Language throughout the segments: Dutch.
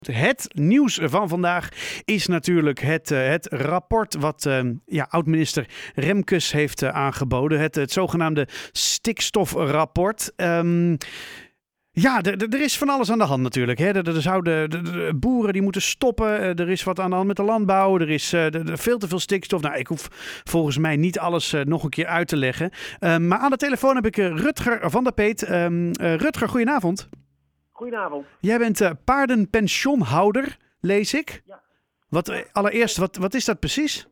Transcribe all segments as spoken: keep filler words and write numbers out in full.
Het nieuws van vandaag is natuurlijk het, uh, het rapport wat uh, ja, oud-minister Remkes heeft uh, aangeboden. Het, het zogenaamde stikstofrapport. Um, ja, er is van alles aan de hand natuurlijk. Hè. Er zouden de, de boeren die moeten stoppen. Er is wat aan de hand met de landbouw. Er is uh, de, de, veel te veel stikstof. Nou, ik hoef volgens mij niet alles uh, nog een keer uit te leggen. Uh, maar aan de telefoon heb ik uh, Rutger van der Peet. Um, uh, Rutger, goedenavond. Goedenavond. Jij bent uh, paardenpensioenhouder, lees ik. Ja. Wat, allereerst, wat, wat is dat precies?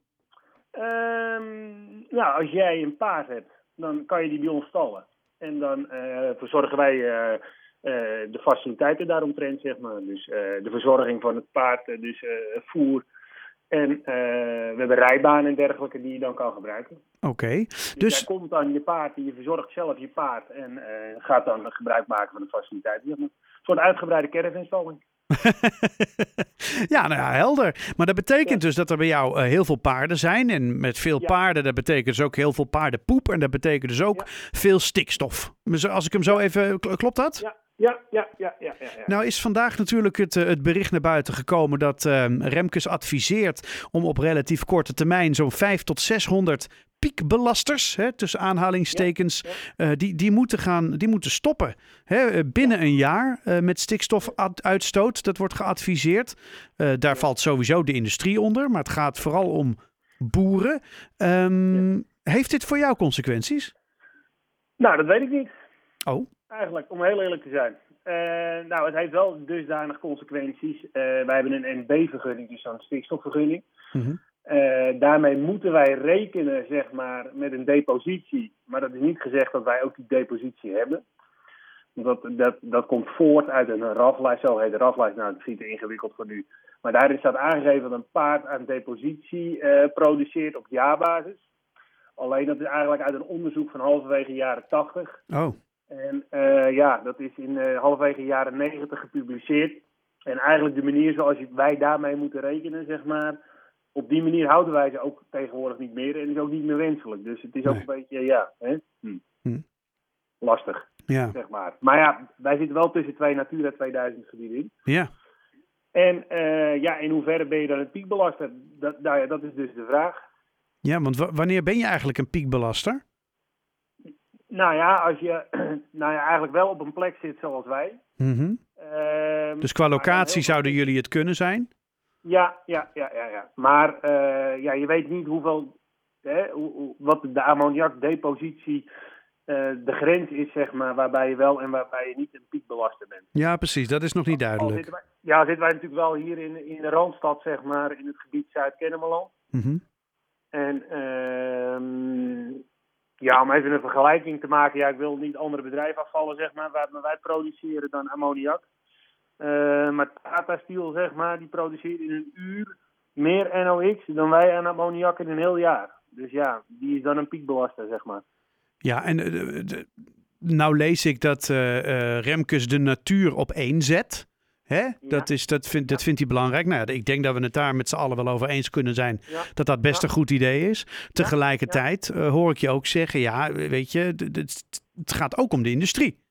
Um, nou, als jij een paard hebt, dan kan je die bij ons stallen. En dan uh, verzorgen wij uh, uh, de faciliteiten daaromtrent, zeg maar. Dus uh, de verzorging van het paard, uh, dus uh, voer. En uh, we hebben rijbanen en dergelijke die je dan kan gebruiken. Oké. Okay. Dus, dus jij komt dan je paard, je verzorgt zelf je paard en uh, gaat dan gebruik maken van de faciliteiten. Zeg maar. Een soort uitgebreide caravansstalling. Ja, nou ja, helder. Maar dat betekent ja. dus dat er bij jou uh, heel veel paarden zijn. En met veel ja. paarden, dat betekent dus ook heel veel paardenpoep. En dat betekent dus ook ja. veel stikstof. Als ik hem zo even... Klopt dat? Ja. Ja, ja, ja, ja, ja, ja. Nou is vandaag natuurlijk het, het bericht naar buiten gekomen dat uh, Remkes adviseert om op relatief korte termijn zo'n vijfhonderd tot zeshonderd piekbelasters, hè, tussen aanhalingstekens, ja, ja. Uh, die, die, moeten gaan, die moeten stoppen. Hè, binnen ja. een jaar uh, met stikstofuitstoot, dat wordt geadviseerd. Uh, daar ja. valt sowieso de industrie onder, maar het gaat vooral om boeren. Um, ja. Heeft dit voor jou consequenties? Nou, dat weet ik niet. Oh. Eigenlijk, om heel eerlijk te zijn. Uh, nou, het heeft wel dusdanig consequenties. Uh, wij hebben een N B-vergunning, dus een stikstofvergunning. Mm-hmm. Uh, daarmee moeten wij rekenen, zeg maar, met een depositie. Maar dat is niet gezegd dat wij ook die depositie hebben. Want dat, dat, dat komt voort uit een raflijst, zo heet de raflijst. Nou, dat is te ingewikkeld voor nu. Maar daarin staat aangegeven dat een paard aan depositie uh, produceert op jaarbasis. Alleen dat is eigenlijk uit een onderzoek van halverwege jaren tachtig. Oh. En uh, ja, dat is in uh, halverwege jaren negentig gepubliceerd. En eigenlijk de manier zoals wij daarmee moeten rekenen, zeg maar. Op die manier houden wij ze ook tegenwoordig niet meer. En is ook niet meer wenselijk. Dus het is ook nee. een beetje, ja, hè? Hm. Hm. lastig, ja. zeg maar. Maar ja, wij zitten wel tussen twee Natura tweeduizend gebieden in. Ja. En uh, ja, in hoeverre ben je dan een piekbelaster? Dat, nou ja, dat is dus de vraag. Ja, want w- wanneer ben je eigenlijk een piekbelaster? Nou ja, als je nou ja, eigenlijk wel op een plek zit zoals wij. Mm-hmm. Uh, dus qua locatie zouden jullie het kunnen zijn? Ja, ja, ja, ja. ja. Maar uh, ja, je weet niet hoeveel, hè, hoe, hoe, wat de ammoniakdepositie uh, de grens is, zeg maar, waarbij je wel en waarbij je niet een piekbelaster bent. Ja, precies. Dat is nog niet duidelijk. Zitten wij, ja, zitten wij natuurlijk wel hier in, in de Randstad, zeg maar, in het gebied Zuid-Kennemerland. Mm-hmm. En uh, ja, om even een vergelijking te maken. Ja, ik wil niet andere bedrijven afvallen, zeg maar. Wij, wij produceren dan ammoniak. Uh, maar Tata Steel, zeg maar, die produceert in een uur meer N O X dan wij aan ammoniak in een heel jaar. Dus ja, die is dan een piekbelaster, zeg maar. Ja, en uh, de, nou lees ik dat uh, uh, Remkes de natuur op één zet. Hè? Ja. Dat, is, dat, vind, dat vindt hij belangrijk. Nou ja, ik denk dat we het daar met z'n allen wel over eens kunnen zijn. Ja. Dat dat best ja. een goed idee is. Tegelijkertijd ja. uh, hoor ik je ook zeggen, ja, weet je, d- d- het gaat ook om de industrie.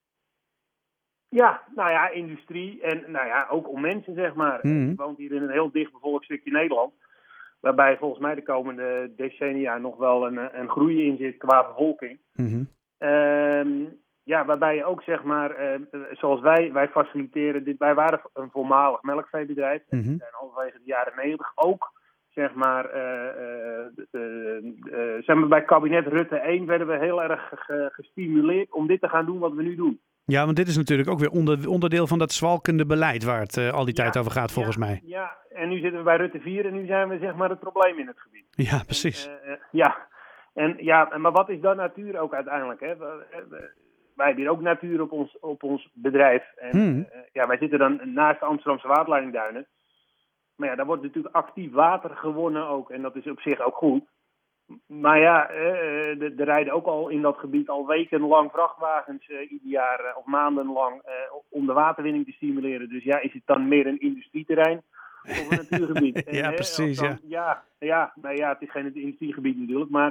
Ja, nou ja, industrie en nou ja, ook om mensen, zeg maar. Mm. Je woont hier in een heel dichtbevolkt stukje Nederland. Waarbij volgens mij de komende decennia nog wel een, een groei in zit qua bevolking. Mm-hmm. Um, ja, waarbij je ook, zeg maar, uh, zoals wij, wij faciliteren dit. Wij waren een voormalig melkveebedrijf. Mm-hmm. En halverwege de jaren negentig ook, zeg maar, uh, uh, uh, uh, zeg maar, bij kabinet Rutte één werden we heel erg ge- gestimuleerd om dit te gaan doen wat we nu doen. Ja, want dit is natuurlijk ook weer onder, onderdeel van dat zwalkende beleid waar het uh, al die tijd ja, over gaat, volgens ja, mij. Ja, en nu zitten we bij Rutte vier en nu zijn we, zeg maar, het probleem in het gebied. Ja, precies. En, uh, uh, ja, en, ja, maar wat is dan natuur ook uiteindelijk? Hè? We, we, wij hebben hier ook natuur op ons, op ons bedrijf. En hmm. uh, ja, wij zitten dan naast de Amsterdamse waterleidingduinen. Maar ja, daar wordt natuurlijk actief water gewonnen ook. En dat is op zich ook goed. Maar ja, uh, er rijden ook al in dat gebied al wekenlang vrachtwagens uh, ieder jaar uh, of maandenlang uh, om de waterwinning te stimuleren. Dus ja, is het dan meer een industrieterrein of een natuurgebied? ja, en, precies. dan, ja. Ja, ja, nou ja, het is geen industriegebied natuurlijk, maar hè,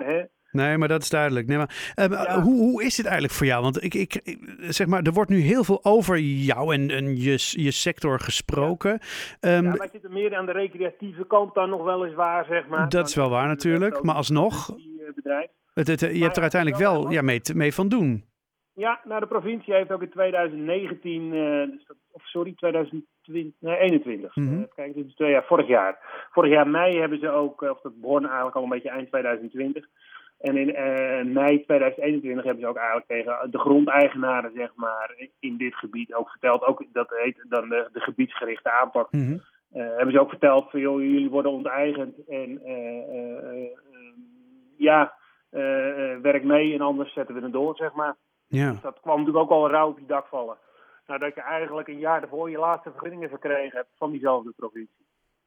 Nee, maar dat is duidelijk. Nee, maar, uh, Ja. hoe, hoe is dit eigenlijk voor jou? Want ik, ik, ik, zeg maar, er wordt nu heel veel over jou en, en je, je sector gesproken. Ja. Um, ja, wij zitten meer aan de recreatieve kant dan nog weliswaar, zeg maar. Dat is wel waar natuurlijk, maar alsnog, bedrijf. Het, het, je maar hebt er uiteindelijk wel, wel ja, mee, mee van doen. Ja, nou de provincie heeft ook in twintig negentien, uh, of sorry, twintig twintig, nee, eenentwintig. Mm-hmm. Uh, kijk, dit is twee jaar, vorig jaar. Vorig jaar mei hebben ze ook, of dat begon eigenlijk al een beetje eind twintig twintig. En in uh, mei twintig eenentwintig hebben ze ook eigenlijk tegen de grondeigenaren, zeg maar, in dit gebied ook verteld. Ook dat heet dan de, de gebiedsgerichte aanpak. Mm-hmm. Uh, hebben ze ook verteld van, joh, jullie worden onteigend en uh, uh, uh, ja, uh, uh, werk mee en anders zetten we het door, zeg maar. Ja. Dus dat kwam natuurlijk ook al rauw op je dak vallen. Nadat je eigenlijk een jaar daarvoor je laatste vergunningen verkregen hebt van diezelfde provincie.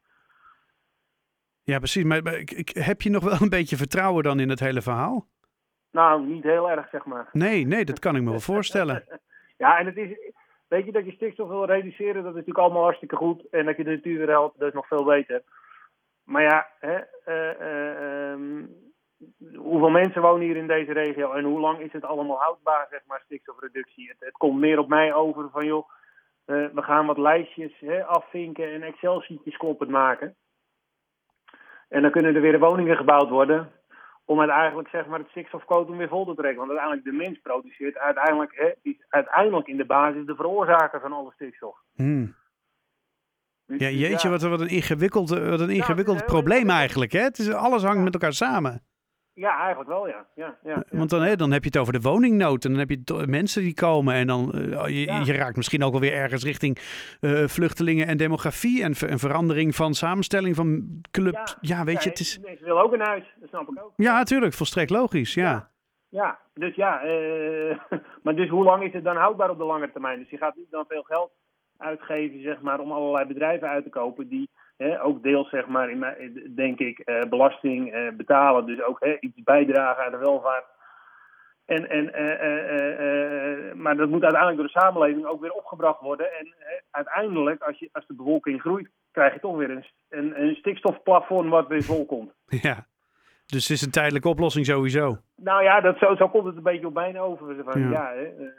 Ja, precies. Maar, maar ik, ik, heb je nog wel een beetje vertrouwen dan in het hele verhaal? Nou, niet heel erg, zeg maar. Nee, nee, dat kan ik me wel voorstellen. Ja, en het is, weet je, dat je stikstof wil reduceren, dat is natuurlijk allemaal hartstikke goed. En dat je de natuur weer helpt, dat is nog veel beter. Maar ja, hè, uh, uh, um, hoeveel mensen wonen hier in deze regio en hoe lang is het allemaal houdbaar, zeg maar, stikstofreductie? Het, het komt meer op mij over van, joh, uh, we gaan wat lijstjes hè, afvinken en Excel-sheetjes kloppend maken. En dan kunnen er weer woningen gebouwd worden om uiteindelijk, zeg maar, het stikstofquotum weer vol te trekken. Want uiteindelijk de mens produceert uiteindelijk, hè, is uiteindelijk in de basis de veroorzaker van alle stikstof. Hmm. Ja, jeetje, wat, wat een ingewikkeld, wat een ingewikkeld ja, probleem eigenlijk. Hè? Het is, alles hangt ja. met elkaar samen. Ja, eigenlijk wel, ja. ja, ja, ja. Want dan, hè, dan heb je het over de woningnood. En dan heb je t- mensen die komen. En dan uh, je, ja. je raakt misschien ook wel weer ergens richting uh, vluchtelingen en demografie. En, ver, en verandering van samenstelling van club. Ja, ja weet ja, je, het is... Mensen willen ook een huis, dat snap ik ook. Ja, natuurlijk. Volstrekt logisch, ja. Ja, ja dus ja. Uh, maar dus hoe lang is het dan houdbaar op de lange termijn? Dus je gaat niet dan veel geld uitgeven, zeg maar, om allerlei bedrijven uit te kopen die... He, ook deels, zeg maar, in, denk ik, uh, belasting uh, betalen. Dus ook he, iets bijdragen aan de welvaart. En, en, uh, uh, uh, uh, maar dat moet uiteindelijk door de samenleving ook weer opgebracht worden. En uh, uiteindelijk, als, je, als de bevolking groeit, krijg je toch weer een, een, een stikstofplafond wat weer vol komt. Ja, dus het is een tijdelijke oplossing sowieso. Nou ja, dat, zo, zo komt het een beetje op mij over. Van, ja. Ja, he, uh,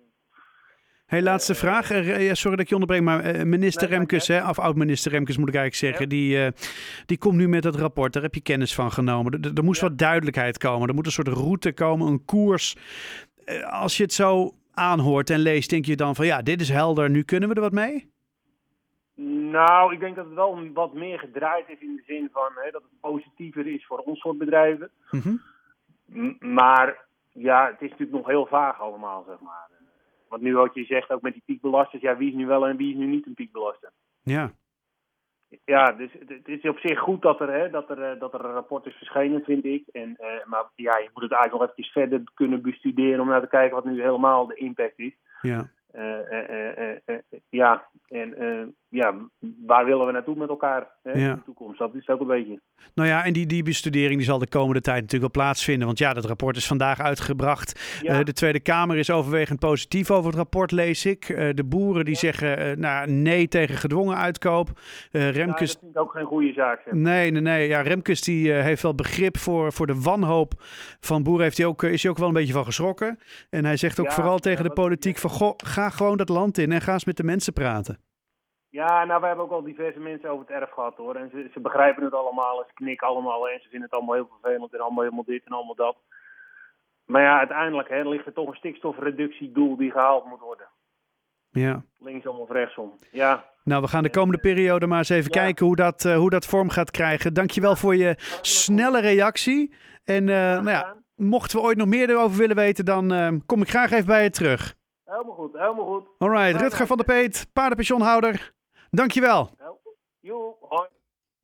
Hey, laatste uh, vraag. Uh, sorry dat ik je onderbreek, maar uh, minister nee, Remkes, hè, of oud-minister Remkes moet ik eigenlijk zeggen, ja. die, uh, die komt nu met dat rapport. Daar heb je kennis van genomen. Er, er moest ja. wat duidelijkheid komen. Er moet een soort route komen, een koers. Uh, als je het zo aanhoort en leest, denk je dan van ja, dit is helder, nu kunnen we er wat mee? Nou, ik denk dat het wel wat meer gedraaid is in de zin van hè, dat het positiever is voor ons soort bedrijven. Mm-hmm. M- maar ja, het is natuurlijk nog heel vaag allemaal, zeg maar. Want nu wat je zegt, ook met die piekbelasters, ja, wie is nu wel en wie is nu niet een piekbelaster? Ja. Ja, dus het is op zich goed dat er, hè, dat er, dat er een rapport is verschenen, vind ik. En, uh, maar ja, je moet het eigenlijk nog even verder kunnen bestuderen om naar te kijken wat nu helemaal de impact is. Ja. Uh, uh, uh, uh, uh, ja, en uh, ja, waar willen we naartoe met elkaar hè, ja. in de toekomst? Dat is ook een beetje. Nou ja, en die, die bestudering die zal de komende tijd natuurlijk wel plaatsvinden. Want ja, dat rapport is vandaag uitgebracht. Ja. Uh, de Tweede Kamer is overwegend positief over het rapport, lees ik. Uh, de boeren die ja. zeggen uh, nou, nee tegen gedwongen uitkoop. Uh, Remkes... Nou, dat vind ik ook geen goede zaak. Zeg. Nee, nee, nee. Ja, Remkes die uh, heeft wel begrip voor, voor de wanhoop van boeren. Heeft hij ook, is hij ook wel een beetje van geschrokken. En hij zegt ook ja, vooral tegen ja, de politiek van goh, ga gewoon dat land in en ga eens met de mensen praten. Ja, nou, we hebben ook al diverse mensen over het erf gehad, hoor. En ze, ze begrijpen het allemaal en ze knikken allemaal en ze vinden het allemaal heel vervelend en allemaal helemaal dit en allemaal dat. Maar ja, uiteindelijk hè, ligt er toch een stikstofreductiedoel die gehaald moet worden. Ja. Linksom of rechtsom, ja. Nou, we gaan de komende periode maar eens even ja. kijken hoe dat, uh, hoe dat vorm gaat krijgen. Dankjewel voor je snelle reactie. En uh, nou ja, mochten we ooit nog meer erover willen weten, dan uh, kom ik graag even bij je terug. Helemaal goed, helemaal goed. Alright, Rutger van der Peet, paardenpensionhouder. Dankjewel.